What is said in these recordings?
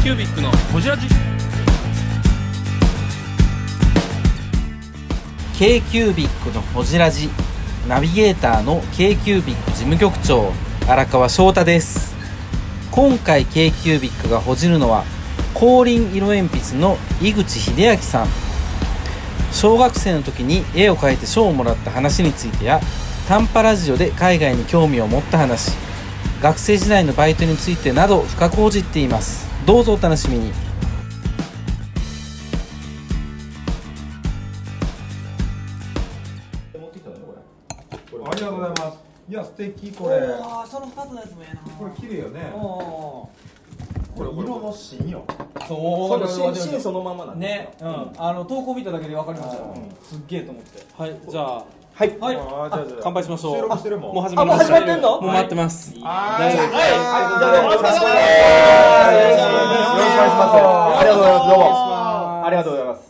キュービックのホジラジ。 k キュービックのホジラジ、ナビゲーターの k キュービック事務局長荒川翔太です。今回 k キュービックがほじるのは光輪色鉛筆の井口秀明さん。小学生の時に絵を描いて賞をもらった話についてや、短波ラジオで海外に興味を持った話、学生時代のバイトについてなど深く報じっています。どうぞお楽しみに。 ありがとうございます。いや素敵これ。 ああ、その2つのやつもええな。 これ綺麗よね。 ここれ色の芯よ。 そう、 芯そのままなんですね、投稿見ただけで分かりましたよ。すっげえと思って。 はい、じゃあはい。 じゃあ乾杯しましょう。 収録してるもん。 もう始まりました。 もう始まってんの？ もう待ってます。 はい。 はい。 よろしくお願いします。ありがとうございます。どうもありがとうございます。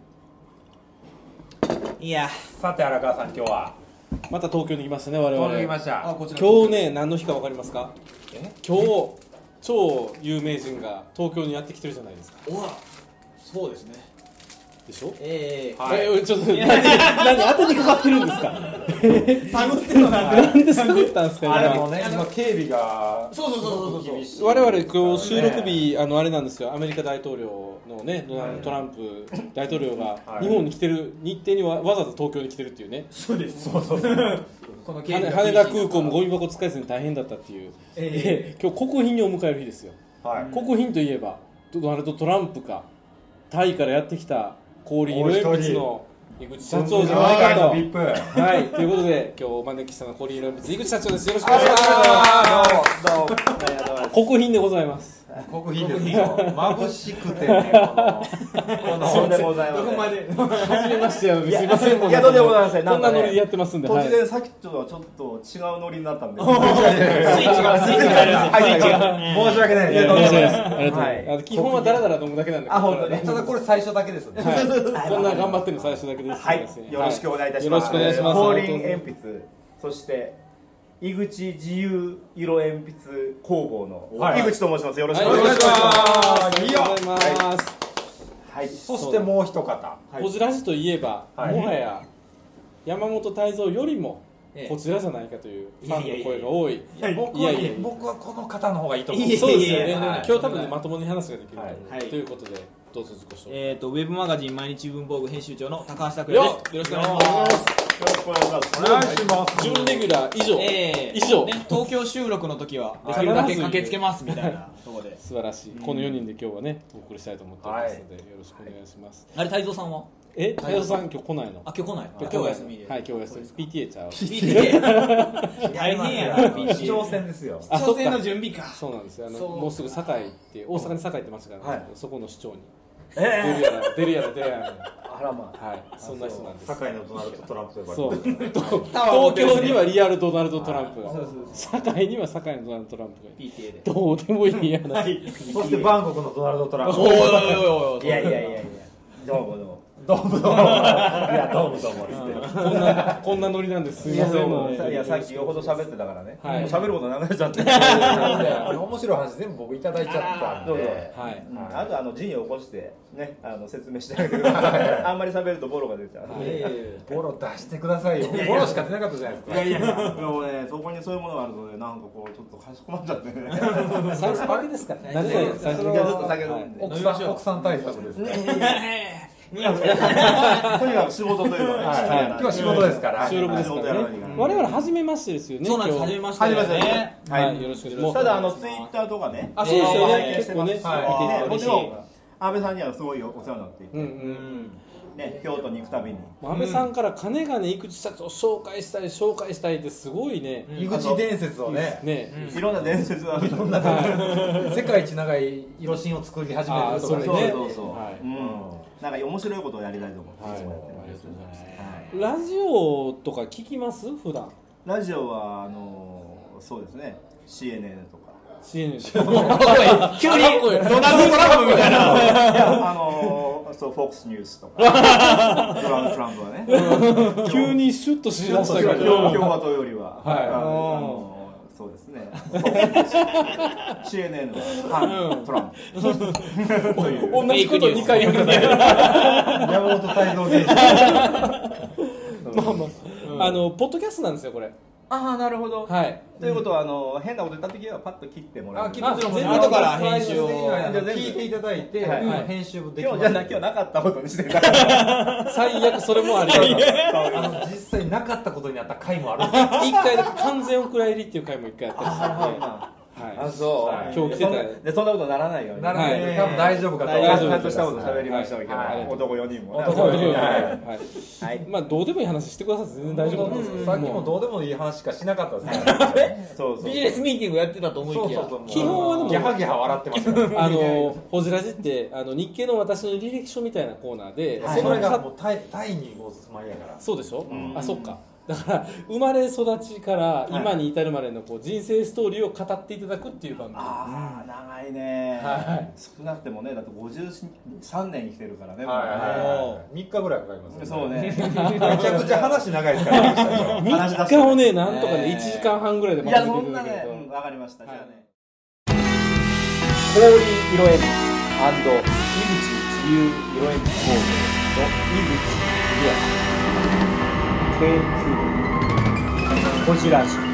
いや、 さて荒川さん今日はまた東京に来ましたね、我々。 東京来ました。 こちら。 今日ね、何の日か分かりますか？ え今日超有名人が東京にやってきてるじゃないですか。 おら、そうですね。 でしょ？ はいちょっと何当てにかかってるんですか？ 探ってるのなんで探ったんですか？ あれもね今警備がそう。 厳しい。 我々今日収録日あれなんですよ。アメリカ大統領のね、トランプ大統領が日本に来てる日程にわざわざ東京に来てるっていうね。 そうです。 そう。 この羽田空港もゴミ箱使えずに大変だったっていう。今日国賓を迎える日ですよ。 はい。 国賓といえばドナルド・トランプか、タイからやってきた氷色鉛筆の井口社長じゃないかと。 ビップ。 はい、ということで今日お招きしたのは氷色鉛筆井口社長です。よろしくお願いします。 どうも。 国賓でございます。 国賓ですよ。眩しくてねそうでございます。 どこまで。 初めましてよ。すいません。 いや、どうでもございません。 こんなノリでやってますんで。 突然さっきとはちょっと違うノリになったんで。 スイッチが。 申し訳ないです。 ありがとうございます。 はい基本はダラダラ飲むだけなんで。 あ、本当に。 ただこれ最初だけですね。 こんな頑張ってるの最初だけです。 はい。よろしくお願いいたします。 よろしくお願いします。 光輪鉛筆、そして井口自由色鉛筆工房の井口と申します。よろしくお願いします。 ありがとうございます。 はい。 そしてもう一方。 こちらじといえば、もはや山本泰造よりもこちらじゃないかというファンの声が多い。 僕はこの方の方がいいと思う。 そうですよね。 はい今日多分ねまともに話ができると思う。ということでどうぞ自己紹介。 ウェブマガジン毎日文房具編集長の高橋拓也です。よろしくお願いします。 よろしくお願いします。 お願いします。 準レギュラー以上。 ね、東京収録の時はできるだけ駆けつけますみたいなところで。 素晴らしい。この4人で今日はねお送りしたいと思っておりますのでよろしくお願いします。 あれ、泰造さんは？ 泰造さん今日来ないの？ あ、今日来ない。今日お休みで。 はい、今日お休み。PTA ちゃう。 PTA。大変やな。 市長選ですよ。 市長選の準備か。 そうなんですよ。 そうもうすぐ堺って大阪に堺って町があるんですけど、そこの市長に出えるやらあらまはい、そんな人なんです。 堺のドナルド・トランプと呼ばれそう。 てる。 東京にはリアルドナルド・トランプが、堺には堺のドナルド・トランプが。 PTA で。 どうでもいいやな。 そしてバンコクのドナルド・トランプ。 おいおいおい。 いやどうもどうも。 どうもどうも。いやどうもどうもですね。 こんなノリなんです。すみません。もういや、さっきよほど喋ってたからね。 はいもう喋ることなくなっちゃって。 面白い話全部僕いただいちゃったんで。 はい。 あと陣を起こしてね、説明してあげてください。あんまり喋るとボロが出ちゃう。 ボロ出してくださいよ。ボロしか出なかったじゃないですか。 いやもうね、そこにそういうものがあるとね、なんかこうちょっとかしこまっちゃってね。 最初だけですから。何最が最初いやずっと酒飲んで。 奥さん対策ですね。 とにかく仕事というのはね。 今日は仕事ですから。 収録ですからね。我々初めましてですよね。 そうなんです。初めましてね。 はい、よろしくお願いします。 ただツイッターとかね。 あ、そうですよね。 拝見してます。 はいもちろん安倍さんにはすごいお世話になっていて。 うんね、京都に行くたびに安倍さんから金がね井口社長紹介したいってすごいね。 井口伝説をね。 いろんな伝説がある。 世界一長い色芯を作り始めるとかね。 そうなんか面白いことをやりたいと思っていつもやってます。 ラジオとか聞きます普段？ ラジオはそうですね CNN とか CNN 急にドナルド・トランプみたいな。 そうフォックスニュースとかトランプはね急にシュッとしだしたけど共和党よりはそうですね。CNN は反トランプ。 同じこと2回言うんだよ。 山本泰造選手。 まあポッドキャストなんですよこれ。 ああなるほど。 はい。 ということは変なこと言った時はパッと切ってもらう。 全部後から編集を聞いていただいて編集もできます。 今日なかったことにしてた。 最悪それもあります。 実際なかったことになった回もある。 一回だけ完全お蔵入りっていう回も一回やったりしてあそう。 今日来てたでそんなことならないように。 ならない。多分大丈夫かと思います。 ちゃんとしたこと喋りましたけど、男4人も。 男4人。 はい。まあどうでもいい話してください。全然大丈夫なんですよ。 さっきもどうでもいい話しかしなかったですね。 そうそう。 ビジネスミーティングやってたと思いきや。 基本はでもギャハギャハ笑ってました。 ホジラジって日経の私の履歴書みたいなコーナーで、 それがもうタイにお住まいやから。 そうでしょ。あ、そっか。だから生まれ育ちから今に至るまでのこう人生ストーリーを語っていただくっていう番組。 ああ長いね。少なくてもねだって53年生きてるからね。 3日ぐらいかかります。 そうね。 めちゃくちゃ話長いですから。 3日をねなんとかね1時間半ぐらいでまとめていただけると。 わかりました。じゃあね。 氷色鉛筆井口自由色鉛筆工房の井口リア研究こちらじ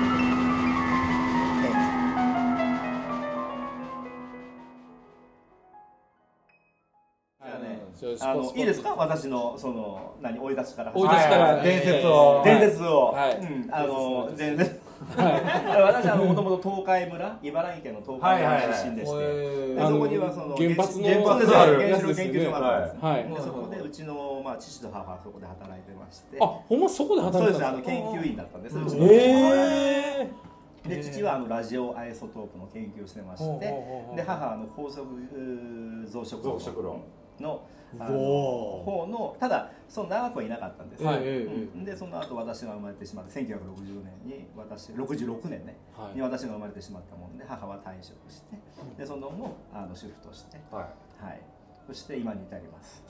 いいですか私のその生い立ちから伝説を全然私はもともと東海村茨城県の東海村出身でしてそこにはその原発の原子力研究所があったんですそこでうちの父と母はそこで働いてましてほんまそこで働いてたんですか研究員だったんですうちので父はラジオアイソトープの研究をしてましてで母は高速増殖論の方のただその長くはいなかったんです、でその後私が生まれてしまって1960年に66年ね、に私が生まれてしまったもので母は退職してでその後主婦として、そして今に至ります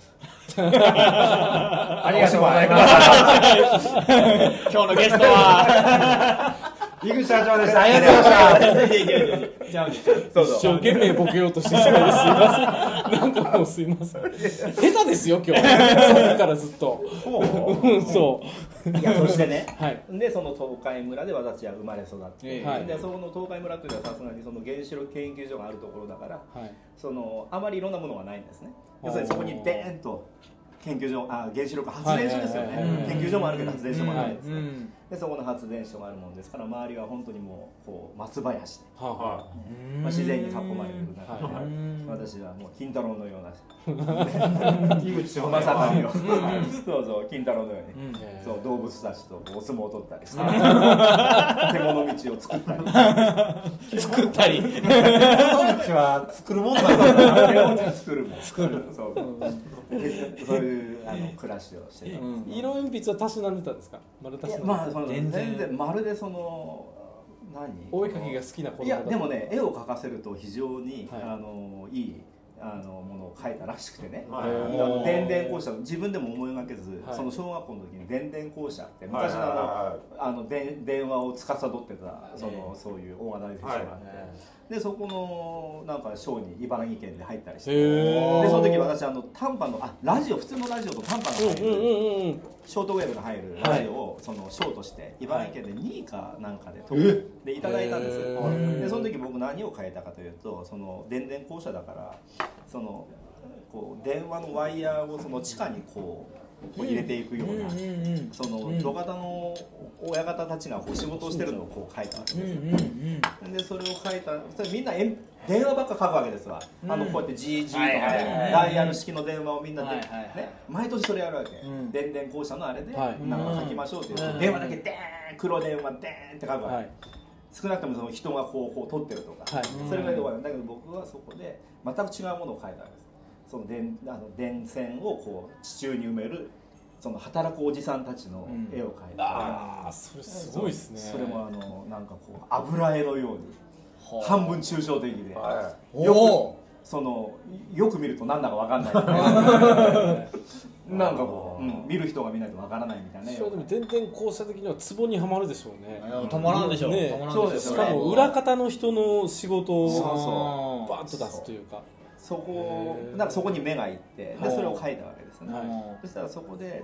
ありがとうございます今日のゲストは井口社長でした。ありがとうございました。 一生懸命ボケようとしてしまいですいません。なんかもうすいません。下手ですよ今日。さっきからずっと。そう。 いやそしてね。でその東海村で私は生まれ育って、でその東海村というのはさすがにその原子力研究所があるところだから、そのあまりいろんなものがないんですね。要するにそこにデーンと研究所原子力発電所ですよね。研究所もあるけど発電所もあるんですね。でそこの発電所があるものですから周りは本当にもうこう松林で、自然に囲まれる中で、私はもう金太郎のような井口翔まさかのそうそう金太郎のように、そう動物たちとお相撲を取ったりして獣道を作ったり獣道は作るもんなんだ獣道作るもんそういう暮らしをしてたんです。 色鉛筆はたしなんでたんですか？ 全然まるでそのお絵描きが好きな子供だった。 いやでもね絵を描かせると非常にいいものを描いたらしくてね電電公社自分でも思いがけずその小学校の時に電電公社って昔の電話を司ってたそういうオーガナイゼーションがあってでそこのなんか賞に茨城県で入ったりしてでその時私短波のラジオ普通のラジオと短波が入るショートウェーブが入るラジオをその賞として茨城県で2位かなんかで取っていただいたんですでその時僕何を変えたかというとその電電公社だからそのこう電話のワイヤーをその地下にこう入れていくようなその土方の親方たちがこう仕事をしてるのをこう書いたわけですでそれを書いたそれみんな電話ばっか書くわけですわこうやって GG とかねダイヤル式の電話をみんなで毎年それやるわけ電電公社のあれでなんか書きましょうっていう電話だけデーン黒電話デーンって書くわけ少なくともその人がこう取ってるとかそれがで終わるだけど僕はそこで全く違うものを書いたわけですその電線をこう地中に埋めるその働くおじさんたちの絵を描いてそれすごいですねそれもなんかこう油絵のように半分抽象的でよく見るとなんだか分かんないなんかこう、見る人が見ないとわからないみたいなね。 それでも電電公社的にはツボにはまるでしょうね。 止まらんでしょ。 ね止まらんそうですよねしかも裏方の人の仕事そうをそバーッと出すというか。 そこへーなんかそこに目がいってではいそれを書いたわけですね。 はいそしたらそこで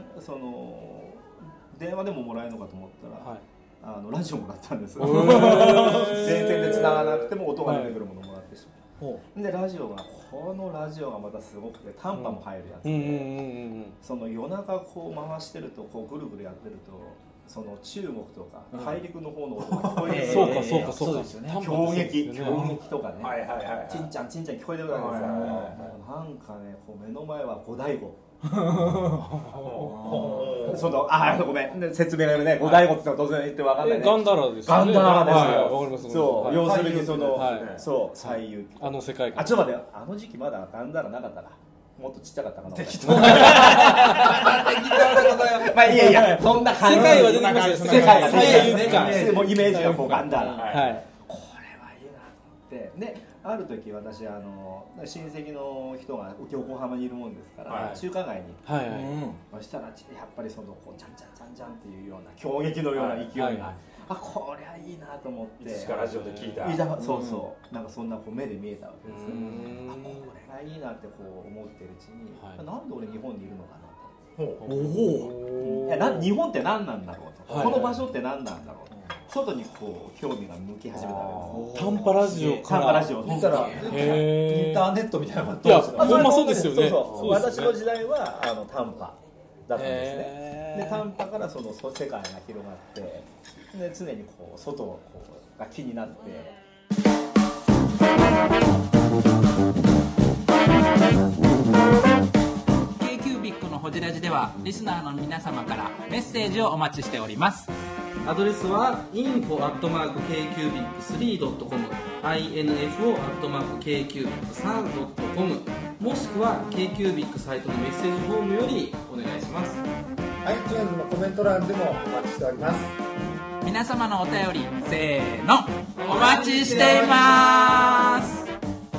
電話でももらえるのかと思ったら、 はい。 ラジオもらったんです。 へー電線で繋がなくても音が出てくるものをもらってしまう。 ほでラジオがこのラジオがまたすごくて短波も入るやつうんうんで、 うんその夜中こう回してるとこうぐるぐるやってるとその中国とか大陸の方の音が聞こえてくる。 そうかそうかそうか。 そうですよね衝撃短波衝撃とかね、 はいはいはいちんちゃんちんちゃん聞こえてくるわけですよ。 はいはいはいなんかねこう目の前は五醍醐。ごめん説明がね五醍醐って言っても当然言ってわかんないね。 ガンダラですガンダラですよ。 はいわかります。 そう、 はい要するにその、 はいそう最優あの世界観。 ちょっと待ってあの時期まだガンダラなかったな。もっとちっちゃかったかな。 適当まあいやいやそんな感じ。 世界は出てきましたよ世界が最優感もうイメージがこうガンダラ。 はい。 これはいいなってである時私親戚の人が横浜にいるもんですから、 はい中華街にはいはい。 そしたらやっぱりそのこうチャンチャンチャンチャンっていうような衝撃のような勢いが、 はいはいこれはいいなと思っていつかラジオで聞いたそうそうなんかそんなこう目で見えたわけですよ。 うんこれがいいなってこう思ってるうちに、 はいなんで俺日本にいるのかなう。おお。 と日本って何なんだろうと、 はいこの場所って何なんだろうと、外にこう興味が向き始めたわけです。 短波ラジオから。 短波ラジオそしたらへーインターネットみたいなのがいやどうほんまそうですよね。 そうそうですね私の時代は短波だったんですね。 へーで短波からその世界が広がってで常にこう外をこうが気になって K-Cubic のホジラジではリスナーの皆様からメッセージをお待ちしております。アドレスは info@kcubic3.com info@kcubic3.com もしくは K-Cubic サイトのメッセージフォームよりお願いします。 iTunes のコメント欄でもお待ちしております。 皆様のお便りせーのお待ちしています。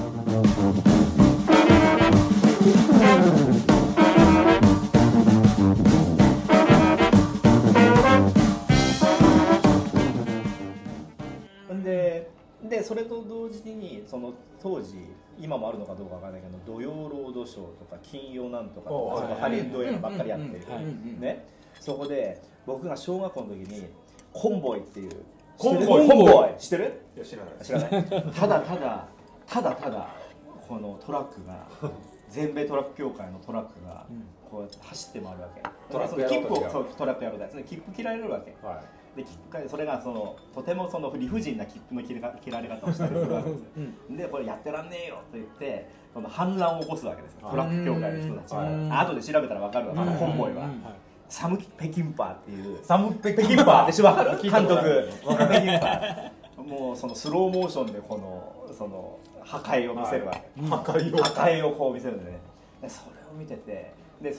でそれと同時にその当時今もあるのかどうかわからないけど土曜ロードショーとか金曜なんとかとかそのハリウッド映画ばっかりやってる、ね、そこで僕が小学校の時にコンボイっていうコンボイ知ってる？ いや知らない知らないただこのトラックが全米トラック協会のトラックがこうやって走って回るわけ。 トラックや切符をろうとそうトラックやろうとやつ切符切られるわけ。 はで切符それがとても理不尽な切符の切られ方をしたりするわけですよ。でこれやってらんねえよと言ってその反乱を起こすわけですよトラック協会の人たちが。後で調べたら分かるわけコンボイは。サム・ペキンパーっていうサム・ペペキンパーでしょ分かる監督ペキンパーもうそのスローモーションでこの破壊を見せるわけ、 破壊を破壊をこう見せるんでねでそれを見ててで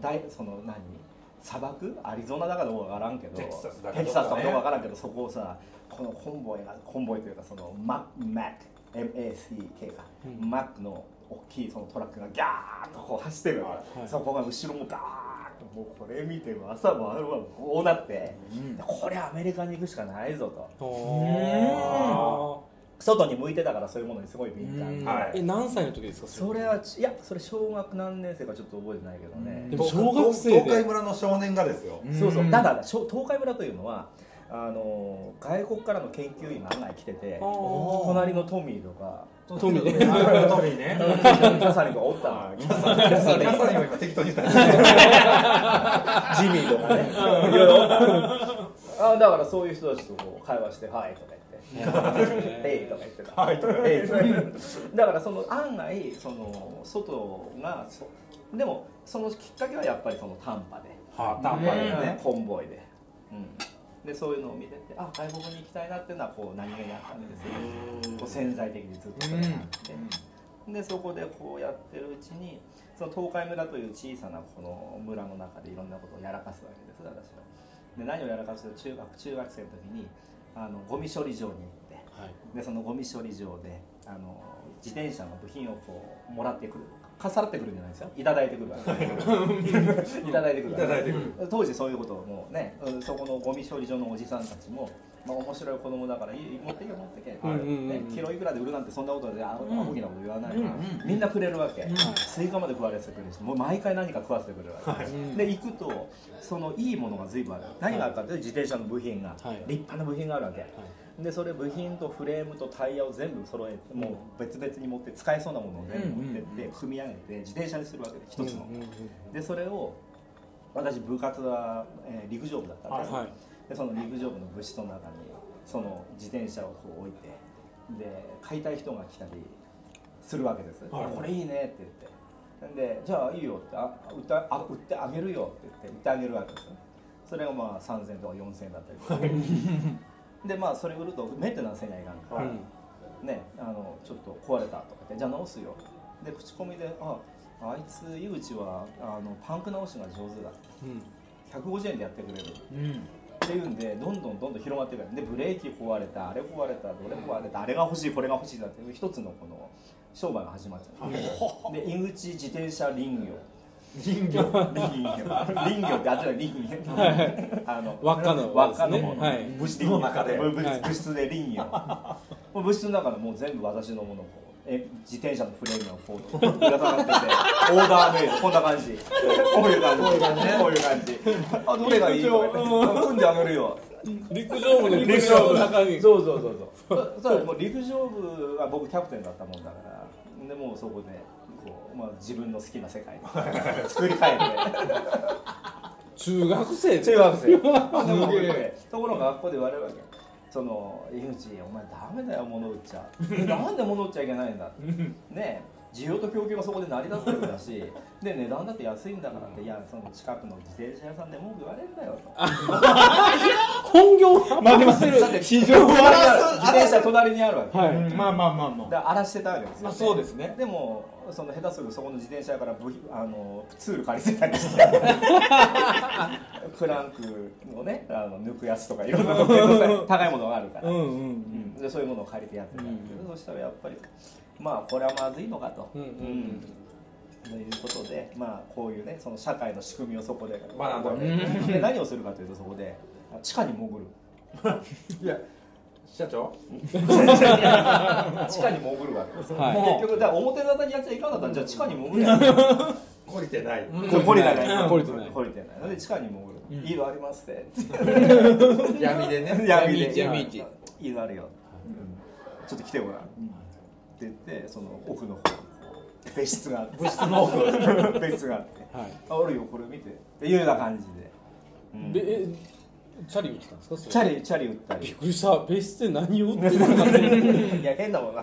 砂漠アリゾナだかどうかわからんけどテキサスだテキサスかどうかわからんけどそこをさこのコンボイというかMAC か、マックの大きいそのトラックがギャーッとこう走ってるわけ、そこが後ろもガーッともうこれ見て朝もあるわこうなって、これアメリカに行くしかないぞと。外に向いてたからそういうものにすごい敏感。 何歳の時ですか？ それ小学何年生かちょっと覚えてないけどね。 でも小学生で東海村の少年がですよ。 そうそう。だから東海村というのは外国からの研究員が案外来てて、隣のトミーとかトミーね。 キャサリンがおったの。 キャサリンは今適当に言った。 ジミーとかね。いろいろおっただからそういう人たちとこう会話してはいとか言って。えいとか言ってた。はいとか言ってた。だから案外外がでもそのきっかけはやっぱり短波で。 短波でね。コンボイで。でそういうのを見てて外国に行きたいなっていうのはこう何気にあったんですよ。こう潜在的にずっとそれがあって。でそこでこうやってるうちに東海村という小さなこの村の中でいろんなことをやらかすわけです私は。で何をやらかすと中学生の時にゴミ処理場に行って、でそのゴミ処理場で自転車の部品をこうもらってくるかさらってくるんじゃないですよ、いただいてくるわけいただいてくるわけ当時そういうことをもうね、そこのゴミ処理場のおじさんたちも、まあ、面白い子供だから持ってけ持ってけ、ね、キロいくらで売るなんてそんなことで大きなこと言わないから、みんなくれるわけ、スイカまで食われてくれるし、もう毎回何か食わせてくれるわけ、で行くとそのいいものが随分ある。何があるかというと自転車の部品が、立派な部品があるわけ、でそれ部品とフレームとタイヤを全部揃えて、もう別々に持って使えそうなものを全部持ってって組み上げて自転車にするわけで、一つの、でそれを私部活は、陸上部だったんです、でその陸上部の部室の中にその自転車をこう置いて、で買いたい人が来たりするわけです、これいいねって言って、でじゃあいいよって売ってあげるよって言って売ってあげるわけですよ。それがまあ3000とか4000円だったりでまあそれ売るとメンテナンスせにはいかんから、ね、ちょっと壊れたとか言ってじゃあ直すよで口コミであいつ井口はパンク直しが上手だ、150円でやってくれる、っていうんでどんどん広がっていく。でブレーキ壊れた、あれ壊れた、どれ壊れた、あれが欲しいこれが欲しいだっていう一つのこの商売が始まっちゃう、で井口自転車林業ってあっちは林業輪っかの方の物質の中で物質で林業物質の中でもう全部私のものを自転車のフレームがこうぶら下がっててオーダーメイドこんな感じこういう感じどれがいいとか組んであげるよ陸上部の中にそうもう陸上部は僕キャプテンだったもんだからでもうそこでこう、まあ、自分の好きな世界を作り変えて中学生ところが学校で言われるわけ。その井口お前ダメだよ物売っちゃなんで物売っちゃいけないんだね需要と供給がそこで成り立ってるんだしで値段だって安いんだからっていやその近くの自転車屋さんで文句言われるんだよと本業までまするだって市場は自転車隣にあるわけ、 まあで荒らしてたわけですよ、 そうですね。 でもその下手するそこの自転車屋からツール借りてたりしてクランクをね抜くやつとかいろんな高いものがあるから、でそういうものを借りてやってたんだけど、そしたらやっぱりまあこれはまずいのかと。ということで、まあこういうねその社会の仕組みをそこで学んで、で何をするかというとそこで地下に潜る。 いや社長地下に潜るわけです。結局だから表沙汰にやっちゃいかんかったらじゃあ地下に潜るやん。 懲りてない。 懲りてない。で地下に潜る。いいのありますって。 闇でね。 闇市。いいのあるよ。ちょっと来てごらん。って言ってその奥の方別室があって。別室の奥別室があって。あるよこれ見て。っていうような感じで。 チャリ売ってたんですか？ チャリ売ったり。 びっくりした。ベスト何を売ってたのかと思って。 いや変なもんな。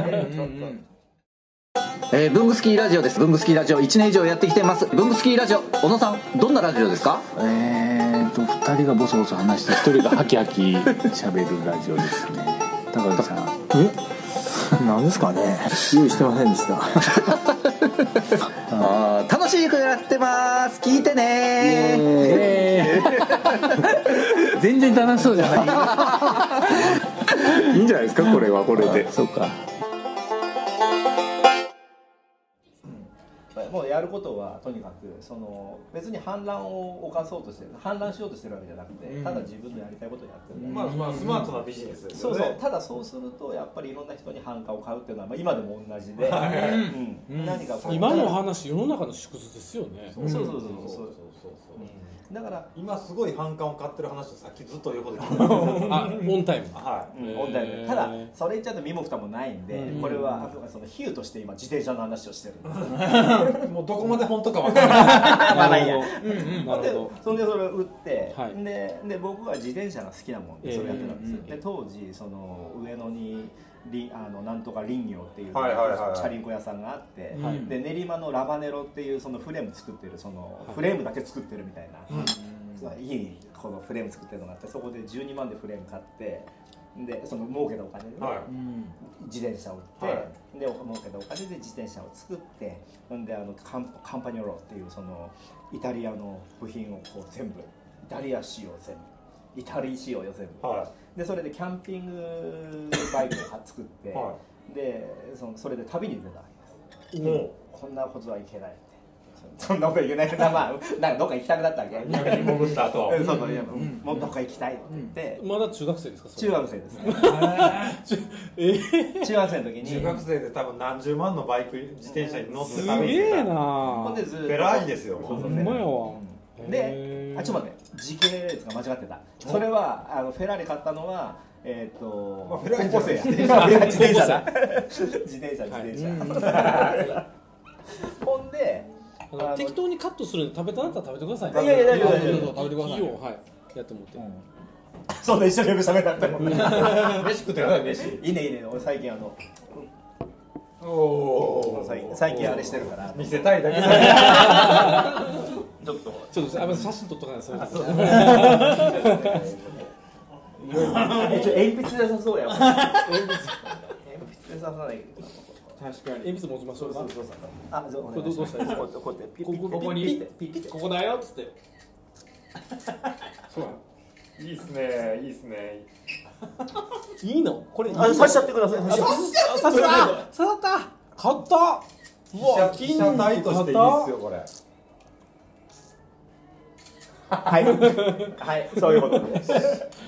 ブングスキーラジオです。ブングスキーラジオ1年以上やってきてます。ブングスキーラジオ、小野さんどんなラジオですか 2人がボソボソ話して1人がハキハキ喋るラジオですね。高木さん何ですかね、用意してませんでした楽しくやってます、聞いてね全然楽しそうじゃないいいんじゃないですか、これはこれで。そうか、 もうやることはとにかくその別に反乱を犯そうとしてる、反乱しようとしてるわけじゃなくて、ただ自分のやりたいことをやってる、 まあスマートなビジネスですよね。 そうただそうするとやっぱりいろんな人に反感を買うっていうのは、まあ、今でも同じで、何か今の話世の中の縮図ですよね。 そうだから今すごい反感を買ってる話をさっきずっと横でオンタイム。 オンタイム。ただそれ言っちゃうと身も蓋もないんで、これはあくまでその比喩として今自転車の話をしてる。 もうどこまで本当か分からない。 まだいいや。 なるほど。 それでそれを打って、で僕は自転車が好きなもんでそれやってたんです。で当時その上野になんとか林業っていうチャリンコ屋さんがあって、で練馬のラバネロっていうそのフレーム作ってる、そのフレームだけ作ってるみたいな、いいこのフレーム作ってるのがあって、そこで12万でフレーム買って、でその儲けたお金で、自転車を売って、で儲けたお金で自転車を作って、でカンパニョロっていうそのイタリアの部品をこう全部イタリア仕様全部。イタリア仕様よ全部、でそれでキャンピングバイクを作って、でそれで旅に出たわけです。 こんなことはいけないって。そんなこといけないからまあなんかどっか行きたくなったわけ。 海に潜った後そうそう、いやもうどっか行きたいって言って。 まだ中学生ですか？ 中学生ですね。中学生の時に。 中学生で多分何十万のバイク自転車に乗ってす旅げえなほんでずっとフェラーリですよ。 ほんまやわ。 で、ちょっと待って、時系列が間違ってた。それはフェラーリ買ったのはフェ高ラーリ校生や。自転車だ。自転車。ほんで適当にカットするんで食べたなったら食べてくださいね。 いやいや大丈夫食べてください。いいよ、はい。やってもって。 そんな一生懸命喋らなくても。 飯食ってください、飯。 いいね。俺最近最近あれしてるから。 見せたいだけだ。 ちょっと写真撮っとかないとそういうこと。 鉛筆で刺そうや。鉛筆で刺さない。 確かに。鉛筆持ちましょうか。 あ、これどうしたらいいですか？こうやってここにここだよっつって。 そういいっすね、いいっすね。 いいの？これ刺しちゃってください。刺さった。 買った。 被写体としていいっすよこれ。 はいそういうことです。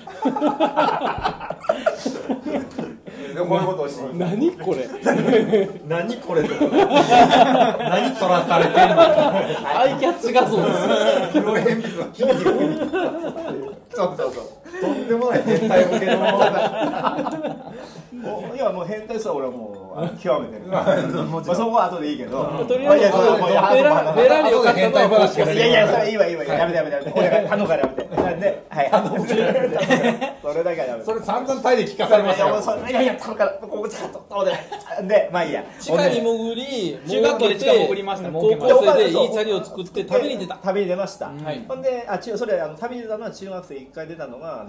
でもこういうことをしに。 何これ？ 何これとか。何取らされてんの。 アイキャッチ画像です。 黒鉛筆は筋肉に。そうとんでもない変態向けのものだ。 いやもう変態さ俺はもう極めてる。まあそこは後でいいけど。 とりあえずフェラーリを買ったのはいやいいわやめて俺が頼むからやめて。なんではいそれだけはやめて。 それ散々タイで聞かされましたよ。 いや頼むからここちょっとでまあいいや。 地下に潜り中学校で地下潜りました。 高校生でいいチャリを作って旅に出た。 旅に出ました。ほんでそれ旅に出たのは中学生1回出たのが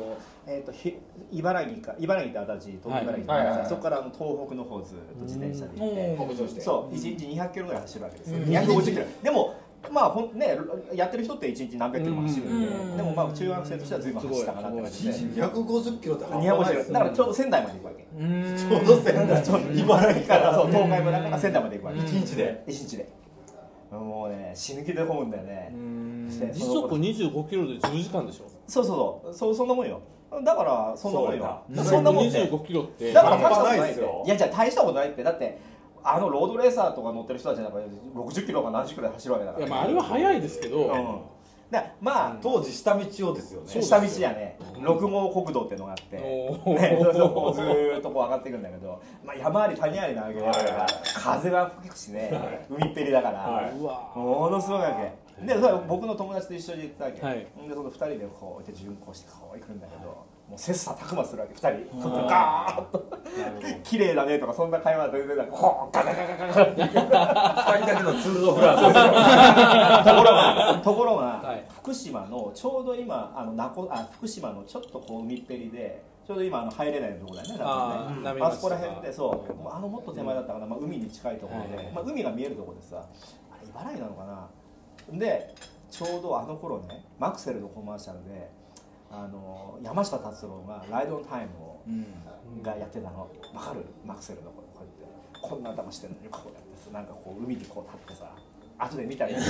茨城って足立東茨城、そこから東北の方ずっと自転車で行ってそう1日200キロぐらい走るわけですよ。250キロでもまあねやってる人って1日何百キロも走るんで、でもまあ中学生としては随分走ったかなって感じで 250キロって半 250 端ないですね。 キロだからちょうど仙台まで行くわけ。 ちょうど仙台茨城から東海村から仙台まで行くわけ。 1日でもうね死ぬ気で混むんだよね。 時速25キロで10時間でしょ。 そんなもんよ。だからそんなもんよ。 そんなもんで25キロってだから大したことないですよ。いやじゃあ大したことないってだってロードレーサーとか乗ってる人たちなんか60キロか何十キロで走るわけだから。 いやまああれは速いですけど。 まあ当時下道をですよね。 下道やね6号国道っていうのがあってそこをずーっとこう上がっていくんだけど、まあ山あり谷ありなわけだから風が吹くしね海っぺりだからものすごいわけで、それ僕の友達と一緒に行ったわけで、その2人でこう巡航してこう行くんだけど、もう切磋琢磨するわけ2人ガーッと綺麗だねとかそんな会話が全然なくこうガガガガガガって2人だけのツール・ド・フランスですよ。 ところが福島のちょうど今福島のちょっとこう海っぺりでちょうど今入れないところだよね。あそこら辺でそうもっと手前だったかな、海に近いところで海が見えるところでさ、あれ茨城なのかな。でちょうどあの頃ねマクセルのコマーシャルで山下達郎がライドオンタイムをがやってたの分かる？マクセルのこうやってこんな頭してるのにこうやってなんかこう海にこう立ってさ後で見たり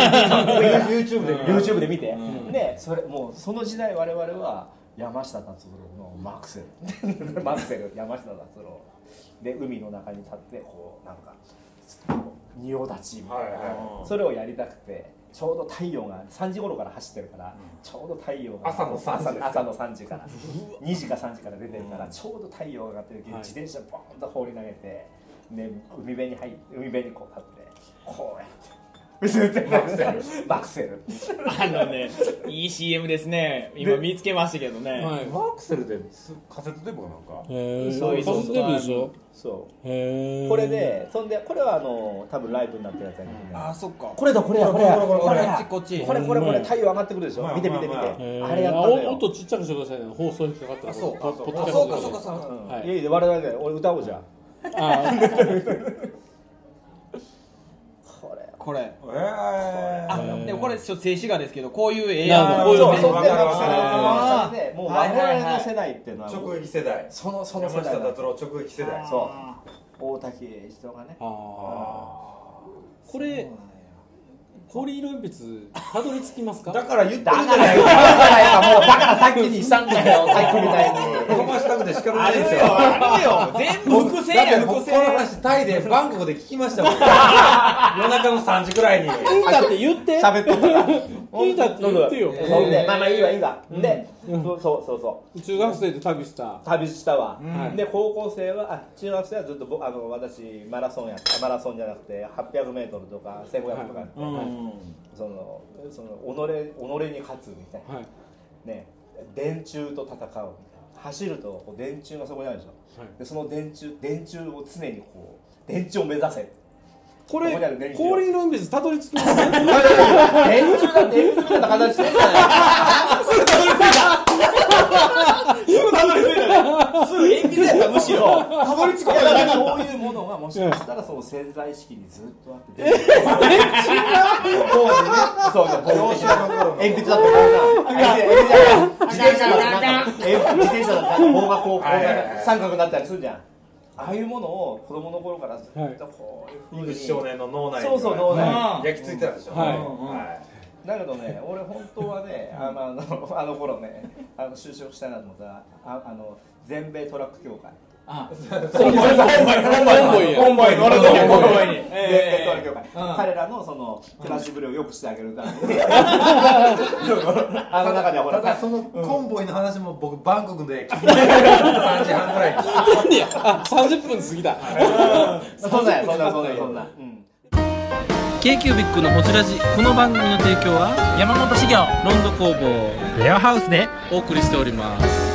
YouTube で見て、でそれもうその時代我々は山下達郎のマクセル山下達郎で海の中に立ってこうなんか仁王立ちみたいな、それをやりたくてちょうど太陽が3時頃から走ってるから、ちょうど太陽が朝の3時から2時か3時から出てるから、ちょうど太陽が上がってる時に自転車ボーンと放り投げて、ね、海辺にこう立ってこうやってマクセルね、いい CM ですね。今見つけましたけどね。 マクセルでカセットテープかなんか。 そういうカセットテープでしょ。 そう。これでそんでこれは多分ライブになってるやつやけどね。 あ、そっか。 これこれ太陽上がってくるでしょ。見て。あれやったのよ。 音ちっちゃくしてくださいね。放送にかかったら。そうか。 いやいや我々俺歌おうじゃん。 これでもこれ静止画ですけど、こういう絵やもう我々の世代っていうのは直撃世代。 その世代山下達郎直撃世代。 そう大竹栄一とかね。 これ氷色鉛筆たどり着きますか？ だから言ってるじゃだからない言ったじゃないか、もうだからさっきにしたんだよ、さっきみたいに。 かましたくて仕方ないですよ。 あれよ全部伏線や僕この伏線。 話タイでバンコクで聞きましたもん。夜中の3時くらいに。 聞いたって言って喋っとったら。 聞いたって言ってよ。 そんで、まあいいわいいわ。で、そう中学生で旅した。 旅したわ。 はいで高校生は中学生はずっと私マラソンじゃなくて800メートルとか1500とか、その己に勝つみたいな、ね、電柱と戦うみたいな、走るとこう電柱がそこにあるでしょ、でその電柱を常にこう電柱を目指せ。 これここにある電柱氷色鉛筆たどり着きますね。 電柱だ形してるじゃない。 すぐたどり着いた。すぐ鉛筆やったむしろ。たどり着くことなかった。 そういうものがもしかしたらその潜在意識にずっとあって、そう鉛筆だって自転車だったら棒がこう三角になったりするじゃん。ああいうものを子供の頃からずっとこういうふうに少年の脳内にそう脳内に焼き付いてたでしょ。 だけどね、俺本当はね、あの頃ね、就職したいなと思ったら、全米トラック協会。 コンボイに。彼らのその暮らしぶりを良くしてあげるために。中ではほら。 ただそのコンボイの話も僕バンコクで聞きました。3時半ぐらいに。 30分過ぎた。 そんな。 k q b i c のホジラジ、この番組の提供は山本資源ロンド工房レアハウスでお送りしております。